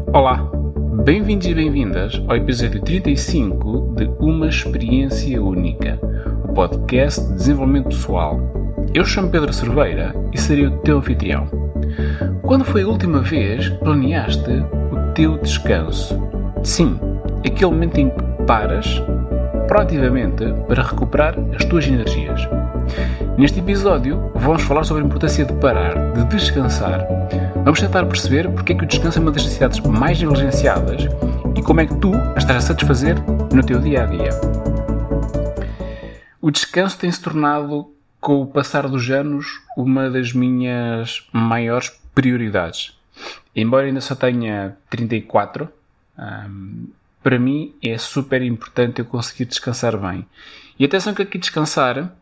Olá, bem-vindos e bem-vindas ao episódio 35 de Uma Experiência Única, o podcast de desenvolvimento pessoal. Eu chamo Pedro Cerveira e serei o teu anfitrião. Quando foi a última vez que planeaste o teu descanso? Sim, aquele momento em que paras proativamente para recuperar as tuas energias. Neste episódio vamos falar sobre a importância de parar, de descansar. Vamos tentar perceber porque é que o descanso é uma das necessidades mais negligenciadas e como é que tu a estás a satisfazer no teu dia-a-dia. O descanso tem-se tornado, com o passar dos anos, uma das minhas maiores prioridades. Embora ainda só tenha 34, para mim é super importante eu conseguir descansar bem. E atenção que aqui descansar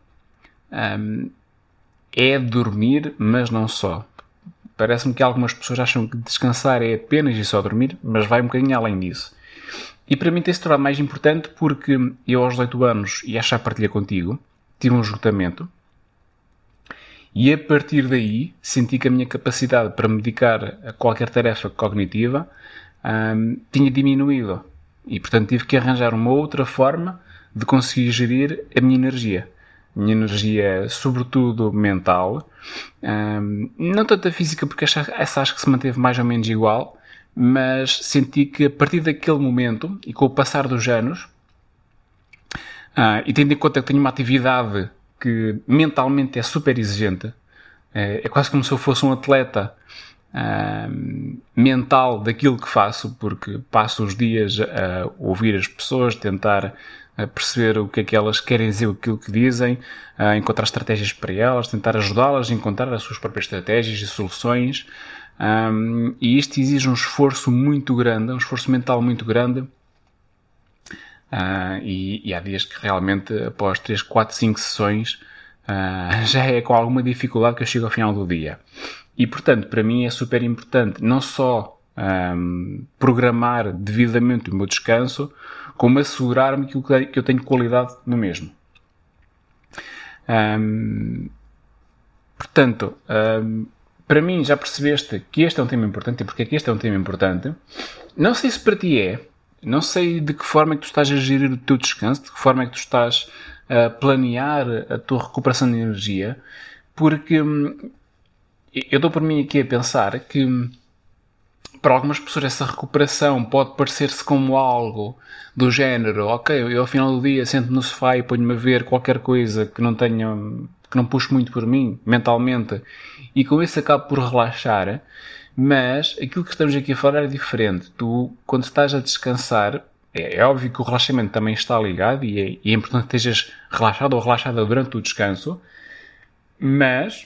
é dormir, mas não só. Parece-me que algumas pessoas acham que descansar é apenas e só dormir, mas vai um bocadinho além disso. E para mim tem-se tornado mais importante porque eu aos 18 anos, e acho que já partilhei contigo, tive um esgotamento. E a partir daí senti que a minha capacidade para me dedicar a qualquer tarefa cognitiva tinha diminuído. E portanto tive que arranjar uma outra forma de conseguir gerir a minha energia. Minha energia, sobretudo mental, não tanto a física, porque essa acho que se manteve mais ou menos igual, mas senti que a partir daquele momento, e com o passar dos anos, e tendo em conta que tenho uma atividade que mentalmente é super exigente, é quase como se eu fosse um atleta mental daquilo que faço, porque passo os dias a ouvir as pessoas, tentar a perceber o que é que elas querem dizer, aquilo que dizem, a encontrar estratégias para elas, tentar ajudá-las a encontrar as suas próprias estratégias e soluções. E isto exige um esforço muito grande, um esforço mental muito grande. E há dias que realmente, após 3, 4, 5 sessões, já é com alguma dificuldade que eu chego ao final do dia. E, portanto, para mim é super importante não só programar devidamente o meu descanso, como assegurar-me que eu tenho qualidade no mesmo. Portanto, para mim já percebeste que este é um tema importante e porque é que este é um tema importante. Não sei se para ti é, não sei de que forma é que tu estás a gerir o teu descanso, de que forma é que tu estás a planear a tua recuperação de energia, porque eu dou por mim aqui a pensar que para algumas pessoas essa recuperação pode parecer-se como algo do género, ok, eu ao final do dia sento-me no sofá e ponho-me a ver qualquer coisa que não puxe muito por mim, mentalmente, e com isso acabo por relaxar, mas aquilo que estamos aqui a falar é diferente. Tu, quando estás a descansar, é óbvio que o relaxamento também está ligado e é importante que estejas relaxado ou relaxada durante o descanso, mas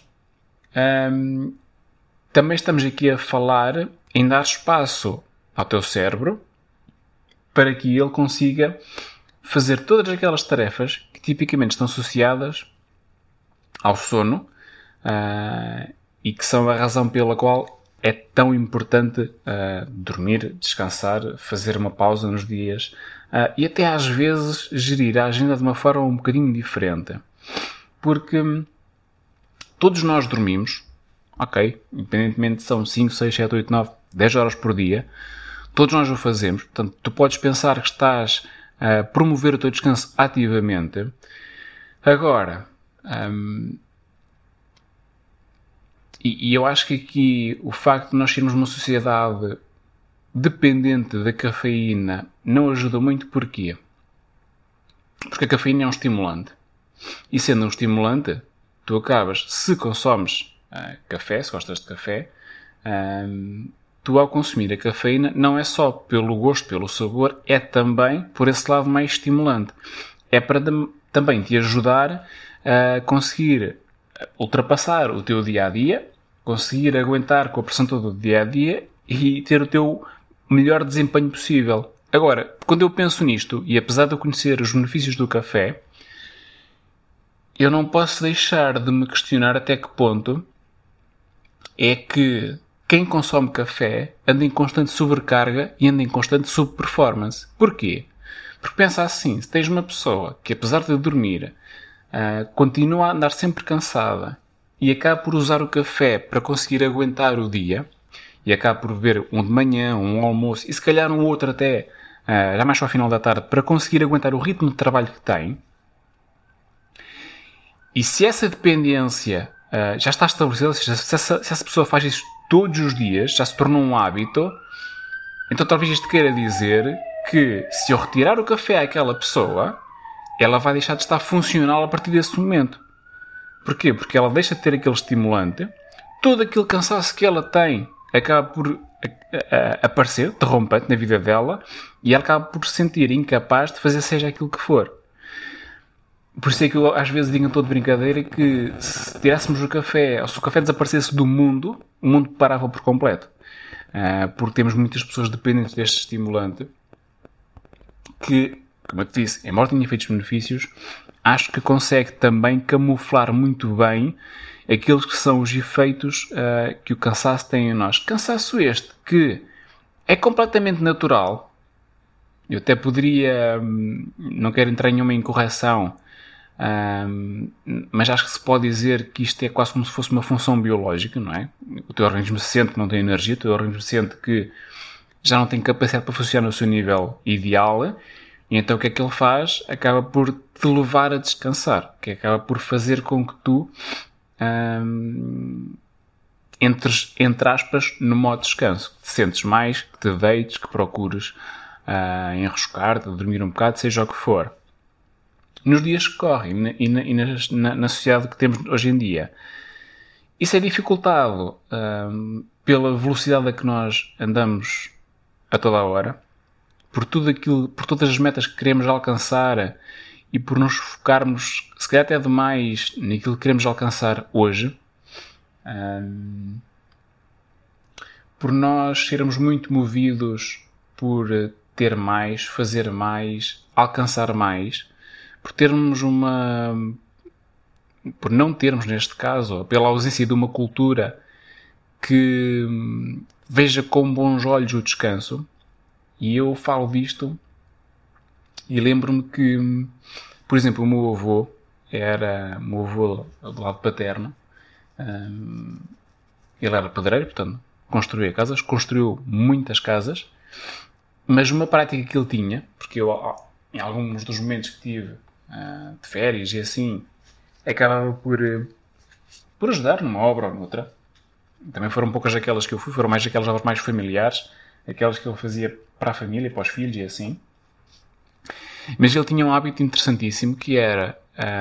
também estamos aqui a falar em dar espaço ao teu cérebro para que ele consiga fazer todas aquelas tarefas que tipicamente estão associadas ao sono e que são a razão pela qual é tão importante dormir, descansar, fazer uma pausa nos dias e até às vezes gerir a agenda de uma forma um bocadinho diferente. Porque todos nós dormimos, ok, independentemente se são 5, 6, 7, 8, 9, 10 horas por dia, todos nós o fazemos. Portanto, tu podes pensar que estás a promover o teu descanso ativamente. Agora, e eu acho que aqui o facto de nós sermos uma sociedade dependente da cafeína não ajuda muito. Porquê? Porque a cafeína é um estimulante. E sendo um estimulante, tu acabas, se consomes café, se gostas de café, tu ao consumir a cafeína não é só pelo gosto, pelo sabor, é também por esse lado mais estimulante. É para também te ajudar a conseguir ultrapassar o teu dia-a-dia, conseguir aguentar com a pressão toda do dia-a-dia e ter o teu melhor desempenho possível. Agora, quando eu penso nisto, e apesar de eu conhecer os benefícios do café, eu não posso deixar de me questionar até que ponto é que quem consome café anda em constante sobrecarga e anda em constante subperformance. Porquê? Porque pensa assim, se tens uma pessoa que apesar de dormir continua a andar sempre cansada e acaba por usar o café para conseguir aguentar o dia, e acaba por beber um de manhã, um almoço, e se calhar um outro até, já mais ao final da tarde, para conseguir aguentar o ritmo de trabalho que tem. E se essa dependência já está estabelecida, ou seja, se essa pessoa faz isso todos os dias, já se tornou um hábito, então talvez isto queira dizer que se eu retirar o café àquela pessoa, ela vai deixar de estar funcional a partir desse momento. Porquê? Porque ela deixa de ter aquele estimulante, todo aquele cansaço que ela tem acaba por aparecer, derrompante na vida dela, e ela acaba por se sentir incapaz de fazer seja aquilo que for. Por isso é que eu às vezes digo em todo de brincadeira que se tirássemos o café, ou se o café desaparecesse do mundo, o mundo parava por completo. Porque temos muitas pessoas dependentes deste estimulante que, como eu te disse, embora tenha efeitos benefícios, acho que consegue também camuflar muito bem aqueles que são os efeitos que o cansaço tem em nós. Cansaço este que é completamente natural. Eu até poderia, não quero entrar em nenhuma incorreção, mas acho que se pode dizer que isto é quase como se fosse uma função biológica, não é? O teu organismo sente que não tem energia, o teu organismo sente que já não tem capacidade para funcionar no seu nível ideal, e então o que é que ele faz? Acaba por te levar a descansar, que acaba por fazer com que tu entres, entre aspas, no modo descanso, que te sentes mais, que te deites, que procures enroscar-te, dormir um bocado, seja o que for. Nos dias que correm e na sociedade que temos hoje em dia, isso é dificultado pela velocidade a que nós andamos a toda a hora, por tudo aquilo, por todas as metas que queremos alcançar e por nos focarmos, se calhar até demais, naquilo que queremos alcançar hoje, por nós sermos muito movidos por ter mais, fazer mais, alcançar mais, por não termos, neste caso, pela ausência de uma cultura que veja com bons olhos o descanso. E eu falo disto e lembro-me que, por exemplo, o meu avô do lado paterno, ele era pedreiro, portanto, construía casas, construiu muitas casas, mas uma prática que ele tinha, porque eu, em alguns dos momentos que tive de férias e assim, acabava por ajudar numa obra ou noutra. Também foram poucas aquelas que eu fui, foram mais aquelas obras mais familiares, aquelas que ele fazia para a família, para os filhos e assim. Mas ele tinha um hábito interessantíssimo que era,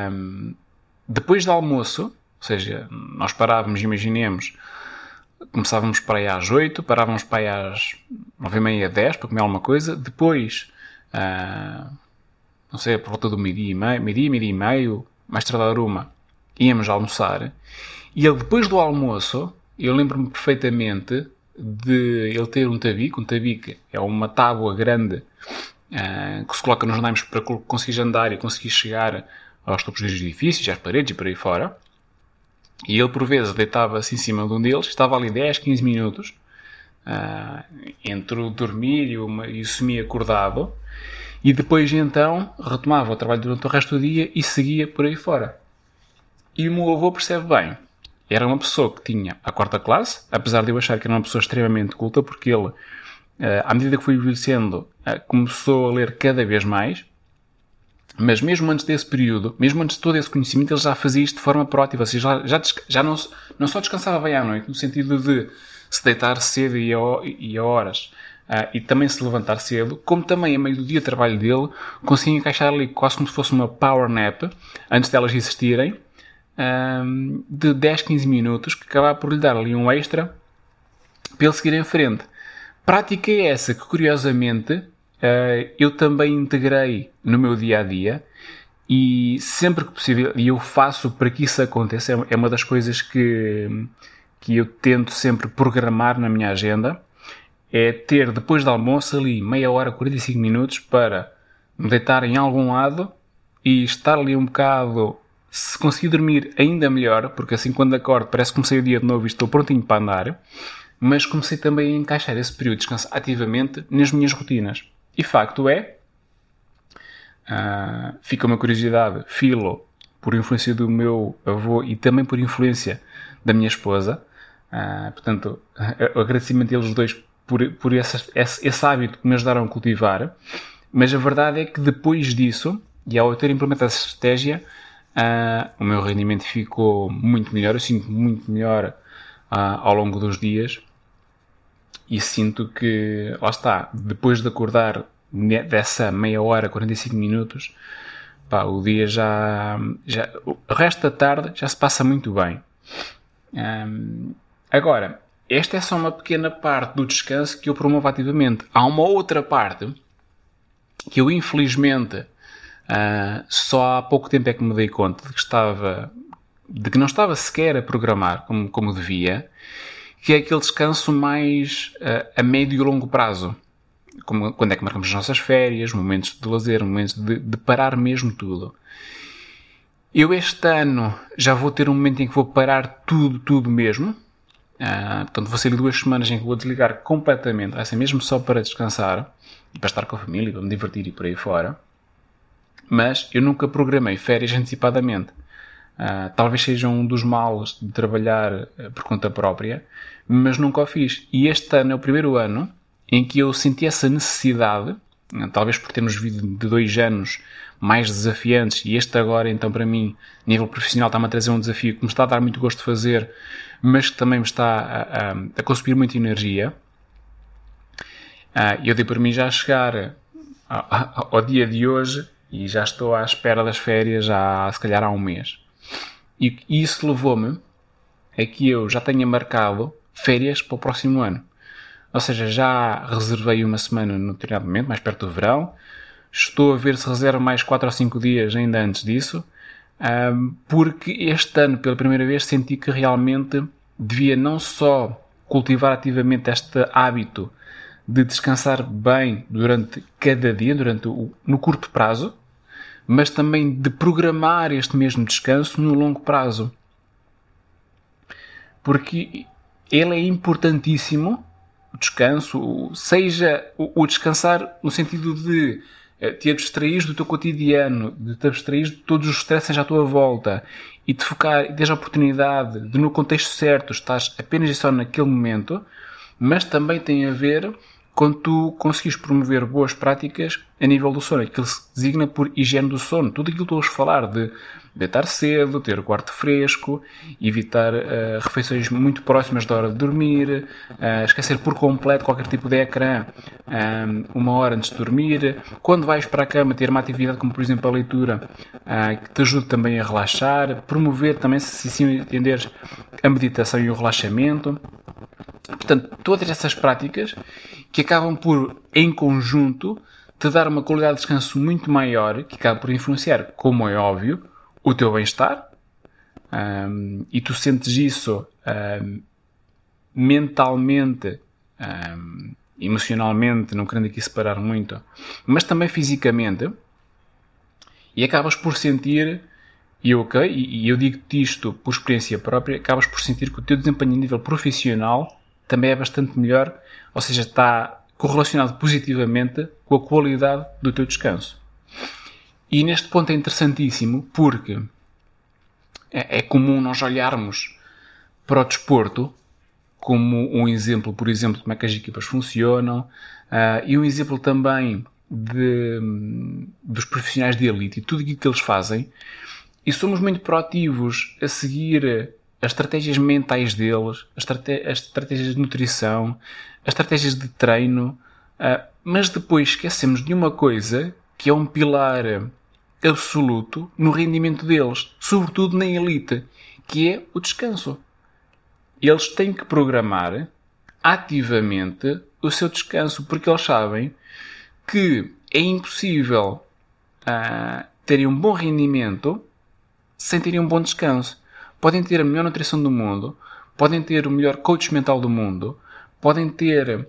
depois do almoço, ou seja, nós parávamos, imaginemos, começávamos para aí às 8, parávamos para aí às 9h30, 10 para comer alguma coisa, depois, não sei, por volta do meio-dia e meio, mais tardar uma, íamos almoçar, e ele depois do almoço, eu lembro-me perfeitamente de ele ter um tabique é uma tábua grande que se coloca nos andaimes para conseguir andar e conseguir chegar aos topos dos edifícios, às paredes e por aí fora. E ele por vezes deitava-se em cima de um deles, estava ali 10, 15 minutos entre o dormir e o semi-acordado, e depois então retomava o trabalho durante o resto do dia e seguia por aí fora. E o meu avô percebe bem. Era uma pessoa que tinha a 4ª classe, apesar de eu achar que era uma pessoa extremamente culta, porque ele, à medida que foi envelhecendo, começou a ler cada vez mais, mas mesmo antes desse período, mesmo antes de todo esse conhecimento, ele já fazia isto de forma proativa, ou seja, já não só descansava bem à noite, no sentido de se deitar cedo e a horas, e também se levantar cedo, como também a meio do dia de trabalho dele, conseguia encaixar ali quase como se fosse uma power nap, antes delas existirem, de 10, 15 minutos, que acabava por lhe dar ali um extra para ele seguir em frente. Prática é essa que, curiosamente, eu também integrei no meu dia-a-dia, e sempre que possível, e eu faço para que isso aconteça, é uma das coisas que eu tento sempre programar na minha agenda, é ter depois do almoço ali meia hora, 45 minutos para me deitar em algum lado e estar ali um bocado. Se conseguir dormir ainda melhor, porque assim quando acordo parece que comecei o dia de novo e estou prontinho para andar, mas comecei também a encaixar esse período de descanso ativamente nas minhas rotinas. E facto é, fica uma curiosidade, filo, por influência do meu avô e também por influência da minha esposa, Portanto, o agradecimento a eles dois por esse hábito que me ajudaram a cultivar. Mas a verdade é que depois disso, e ao eu ter implementado essa estratégia, o meu rendimento ficou muito melhor. Eu sinto muito melhor ao longo dos dias. E sinto que, lá está, depois de acordar dessa meia hora, 45 minutos, o dia o resto da tarde já se passa muito bem. Agora, esta é só uma pequena parte do descanso que eu promovo ativamente. Há uma outra parte que eu, infelizmente, só há pouco tempo é que me dei conta de que não estava sequer a programar como devia, que é aquele descanso mais a médio e longo prazo. Como quando é que marcamos as nossas férias, momentos de lazer, momentos de parar mesmo tudo. Eu este ano já vou ter um momento em que vou parar tudo mesmo. Portanto, vou ser 2 semanas em que vou desligar completamente. Vai ser mesmo só para descansar e para estar com a família, para me divertir e por aí fora. Mas eu nunca programei férias antecipadamente. Talvez seja um dos males de trabalhar por conta própria, mas nunca o fiz. E este ano é o primeiro ano em que eu senti essa necessidade, talvez por termos vivido de 2 anos mais desafiantes, e este agora, então, para mim, a nível profissional, está-me a trazer um desafio que me está a dar muito gosto de fazer, mas que também me está a consumir muita energia. Eu dei por mim já chegar ao dia de hoje e já estou à espera das férias se calhar há um mês. E isso levou-me a que eu já tenha marcado férias para o próximo ano. Ou seja, já reservei uma semana no determinado momento, mais perto do verão. Estou a ver se reservo mais 4 ou 5 dias ainda antes disso, porque este ano, pela primeira vez, senti que realmente devia não só cultivar ativamente este hábito de descansar bem durante cada dia, no curto prazo, mas também de programar este mesmo descanso no longo prazo. Porque ele é importantíssimo, o descanso, seja o descansar no sentido de te abstrair do teu cotidiano, de te abstrair de todos os stresses à tua volta e de focar e teres a oportunidade de, no contexto certo, estás apenas e só naquele momento, mas também tem a ver quando tu conseguires promover boas práticas a nível do sono, aquilo se designa por higiene do sono. Tudo aquilo que tu vais falar de deitar cedo, ter o quarto fresco, evitar refeições muito próximas da hora de dormir, esquecer por completo qualquer tipo de ecrã 1 hora antes de dormir. Quando vais para a cama, ter uma atividade como, por exemplo, a leitura, que te ajude também a relaxar, promover também, se assim entenderes, a meditação e o relaxamento. Portanto, todas essas práticas que acabam por, em conjunto, te dar uma qualidade de descanso muito maior, que acaba por influenciar, como é óbvio, o teu bem-estar, e tu sentes isso mentalmente, emocionalmente, não querendo aqui separar muito, mas também fisicamente, e acabas por sentir, e eu digo-te isto por experiência própria, acabas por sentir que o teu desempenho a nível profissional também é bastante melhor, ou seja, está correlacionado positivamente com a qualidade do teu descanso. E neste ponto é interessantíssimo porque é comum nós olharmos para o desporto como um exemplo, por exemplo, de como é que as equipas funcionam, e um exemplo também dos profissionais de elite e tudo aquilo que eles fazem, e somos muito proativos a seguir as estratégias mentais deles, as estratégias de nutrição, as estratégias de treino, mas depois esquecemos de uma coisa que é um pilar absoluto no rendimento deles, sobretudo na elite, que é o descanso. Eles têm que programar ativamente o seu descanso, porque eles sabem que é impossível terem um bom rendimento sem terem um bom descanso. Podem ter a melhor nutrição do mundo, podem ter o melhor coach mental do mundo, podem ter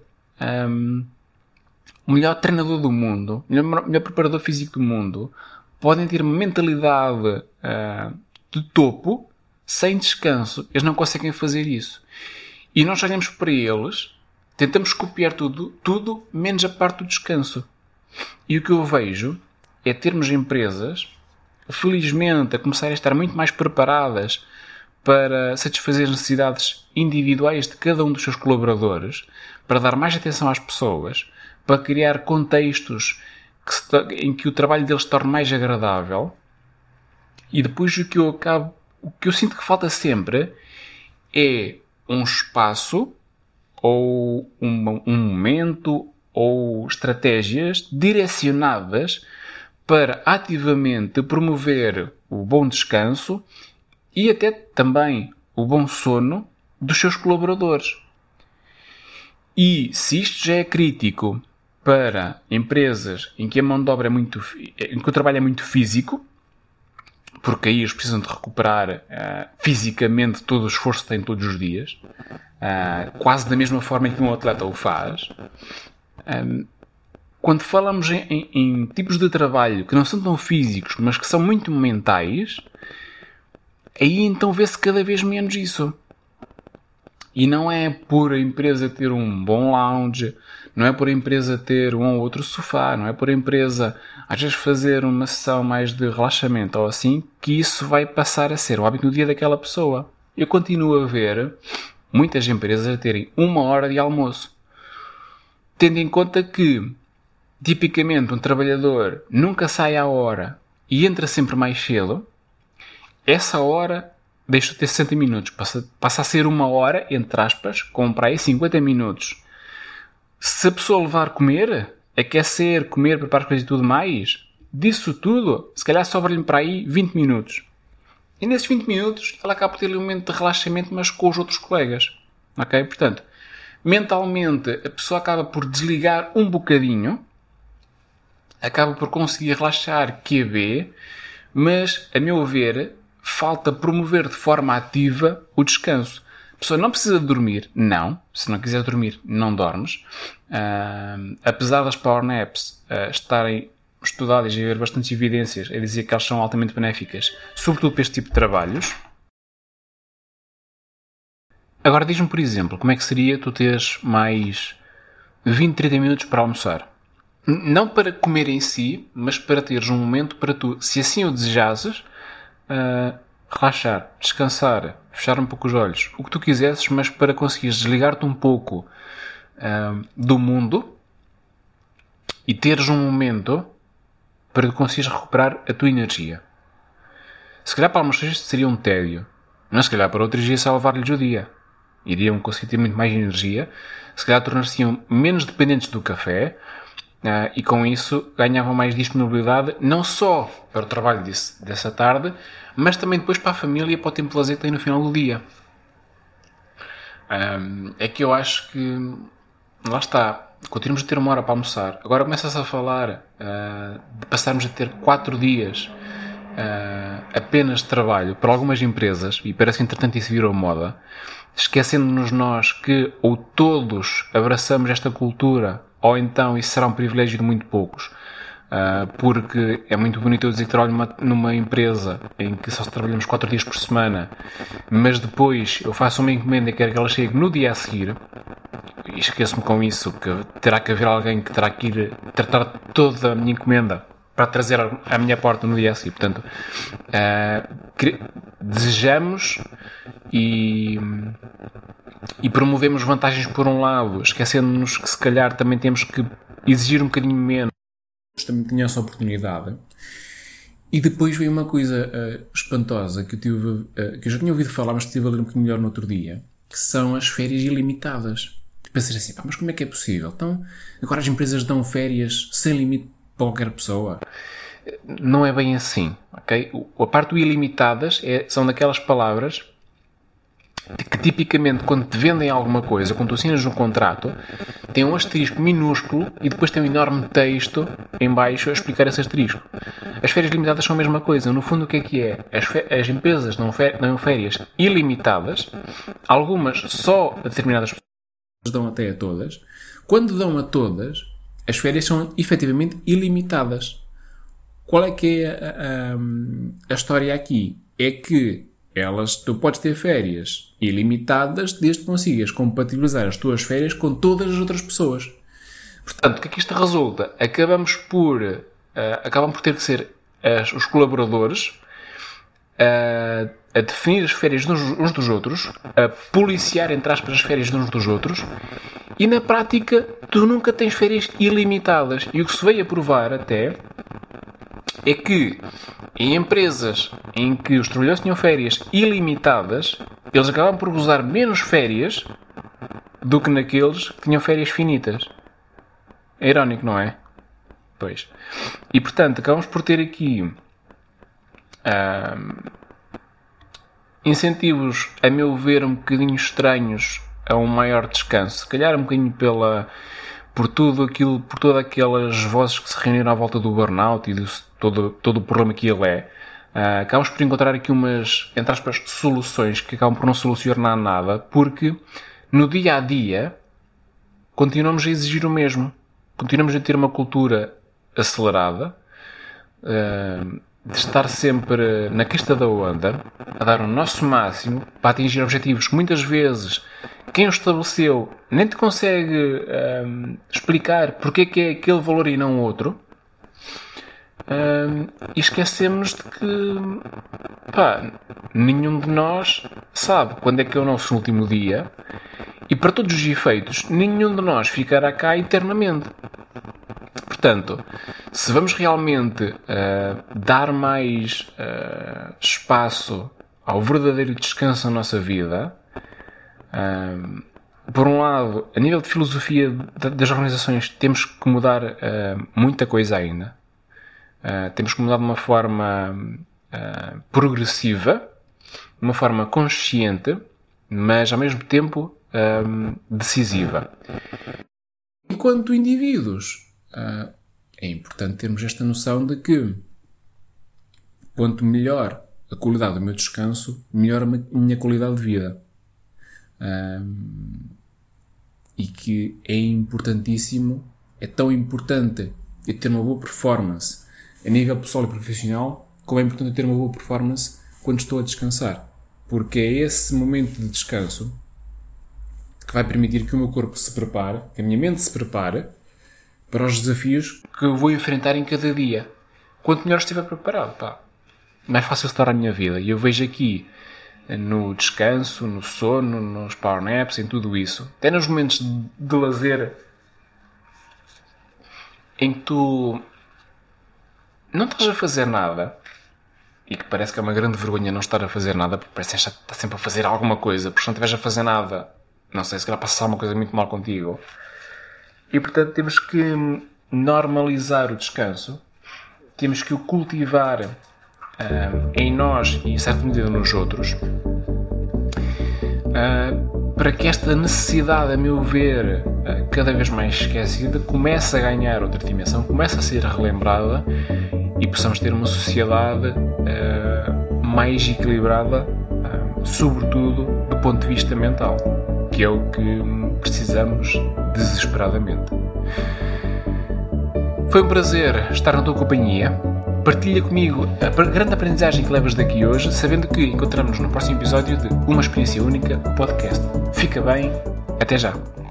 o melhor treinador do mundo, o melhor preparador físico do mundo, podem ter uma mentalidade de topo, sem descanso. Eles não conseguem fazer isso. E nós olhamos para eles, tentamos copiar tudo menos a parte do descanso. E o que eu vejo é termos empresas, felizmente, a começarem a estar muito mais preparadas para satisfazer as necessidades individuais de cada um dos seus colaboradores, para dar mais atenção às pessoas, para criar contextos em que o trabalho deles se torne mais agradável. E depois o que eu sinto que falta sempre é um espaço ou um momento ou estratégias direcionadas para ativamente promover o bom descanso e até também o bom sono dos seus colaboradores. E se isto já é crítico para empresas em que a mão de obra em que o trabalho é muito físico, porque aí eles precisam de recuperar fisicamente todo o esforço que têm todos os dias, quase da mesma forma que um atleta o faz. Quando falamos em tipos de trabalho que não são tão físicos, mas que são muito mentais, aí então vê-se cada vez menos isso. E não é por a empresa ter um bom lounge, não é por a empresa ter um ou outro sofá, não é por a empresa às vezes fazer uma sessão mais de relaxamento ou assim, que isso vai passar a ser o hábito do dia daquela pessoa. Eu continuo a ver muitas empresas a terem 1 hora de almoço. Tendo em conta que, tipicamente, um trabalhador nunca sai à hora e entra sempre mais cedo, essa hora deixa de ter 60 minutos. Passa a ser 1 hora, entre aspas, com para aí 50 minutos. Se a pessoa levar comer, aquecer, comer, preparar coisas e tudo mais, disso tudo, se calhar sobra-lhe para aí 20 minutos. E nesses 20 minutos, ela acaba por ter um momento de relaxamento, mas com os outros colegas. Ok? Portanto, mentalmente, a pessoa acaba por desligar um bocadinho, acaba por conseguir relaxar QB, mas, a meu ver, falta promover de forma ativa o descanso. A pessoa não precisa de dormir, não. Se não quiser dormir, não dormes. Apesar das power naps estarem estudadas e haver bastantes evidências a dizer que elas são altamente benéficas, sobretudo para este tipo de trabalhos. Agora diz-me, por exemplo, como é que seria tu teres mais 20, 30 minutos para almoçar? Não para comer em si, mas para teres um momento para tu, se assim o desejasses, relaxar, descansar, fechar um pouco os olhos, o que tu quisesses, mas para conseguires desligar-te um pouco do mundo e teres um momento para conseguires recuperar a tua energia. Se calhar para almoçar isto seria um tédio, mas se calhar para outros ia salvar-lhes o dia. Iriam conseguir ter muito mais energia, se calhar tornar-se-iam menos dependentes do café, e com isso ganhavam mais disponibilidade, não só para o trabalho dessa tarde, mas também depois para a família e para o tempo de lazer que tem no final do dia. É que eu acho que, lá está, continuamos a ter 1 hora para almoçar. Agora começa-se a falar de passarmos a ter 4 dias apenas de trabalho para algumas empresas, e parece que entretanto isso virou moda, esquecendo-nos nós que ou todos abraçamos esta cultura, ou então isso será um privilégio de muito poucos, porque é muito bonito eu dizer que trabalho numa empresa em que só trabalhamos 4 dias por semana, mas depois eu faço uma encomenda e quero que ela chegue no dia a seguir, e esqueço-me com isso que terá que haver alguém que terá que ir tratar toda a minha encomenda para trazer à minha porta no dia a seguir. Portanto, desejamos e promovemos vantagens por um lado, esquecendo-nos que se calhar também temos que exigir um bocadinho menos, também tinha essa oportunidade. E depois veio uma coisa espantosa que eu já tinha ouvido falar, mas estive a ler um bocadinho melhor no outro dia, que são as férias ilimitadas. Pensas assim, mas como é que é possível? Então, agora as empresas dão férias sem limite para qualquer pessoa? Não é bem assim, ok? A parte do ilimitadas são daquelas palavras que tipicamente quando te vendem alguma coisa, quando tu assinas um contrato, tem um asterisco minúsculo e depois tem um enorme texto em baixo a explicar esse asterisco. As férias limitadas são a mesma coisa. No fundo, o que é? As empresas dão férias ilimitadas, algumas só a determinadas pessoas, dão até a todas. Quando dão a todas, as férias são efetivamente ilimitadas. Qual é que é a história aqui? É que tu podes ter férias ilimitadas desde que consigas compatibilizar as tuas férias com todas as outras pessoas. Portanto, o que é que isto resulta? Acabam por ter que ser os colaboradores a definir as férias uns dos outros, a policiar, entre aspas, as férias uns dos outros, e na prática tu nunca tens férias ilimitadas. E o que se veio a provar até é que em empresas em que os trabalhadores tinham férias ilimitadas, eles acabavam por gozar menos férias do que naqueles que tinham férias finitas. É irónico, não é? Pois. E portanto, acabamos por ter aqui incentivos, a meu ver, um bocadinho estranhos a um maior descanso. Se calhar um bocadinho por todas aquelas vozes que se reuniram à volta do burnout e todo o problema que ele é. Acabamos por encontrar aqui umas, entre aspas, soluções que acabam por não solucionar nada, porque no dia a dia continuamos a exigir o mesmo. Continuamos a ter uma cultura acelerada, de estar sempre na crista da onda, a dar o nosso máximo para atingir objetivos que muitas vezes quem os estabeleceu nem te consegue explicar porque é que é aquele valor e não outro. E esquecemos de que nenhum de nós sabe quando é que é o nosso último dia, e para todos os efeitos nenhum de nós ficará cá eternamente. Portanto, se vamos realmente dar mais espaço ao verdadeiro descanso na nossa vida, por um lado, a nível de filosofia das organizações, temos que mudar muita coisa ainda. Temos que mudar de uma forma progressiva, de uma forma consciente, mas ao mesmo tempo decisiva. Enquanto indivíduos, é importante termos esta noção de que quanto melhor a qualidade do meu descanso, melhor a minha qualidade de vida. E que é importantíssimo, é tão importante eu ter uma boa performance a nível pessoal e profissional, como é importante eu ter uma boa performance quando estou a descansar. Porque é esse momento de descanso que vai permitir que o meu corpo se prepare, que a minha mente se prepare para os desafios que eu vou enfrentar em cada dia. Quanto melhor estiver preparado, mais fácil se torna a minha vida. E eu vejo aqui, no descanso, no sono, nos power naps, em tudo isso, até nos momentos de lazer em que tu não estás a fazer nada, e que parece que é uma grande vergonha não estar a fazer nada, porque parece que estás sempre a fazer alguma coisa, porque se não estiveres a fazer nada, não sei, se calhar passar uma coisa muito mal contigo. E portanto temos que normalizar o descanso, temos que o cultivar em nós e em certa medida nos outros, para que esta necessidade, a meu ver, cada vez mais esquecida, comece a ganhar outra dimensão, comece a ser relembrada e possamos ter uma sociedade mais equilibrada, sobretudo do ponto de vista mental, que é o que precisamos desesperadamente. Foi um prazer estar na tua companhia. Partilha comigo a grande aprendizagem que levas daqui hoje, sabendo que encontramos no próximo episódio de Uma Experiência Única, o podcast. Fica bem, até já!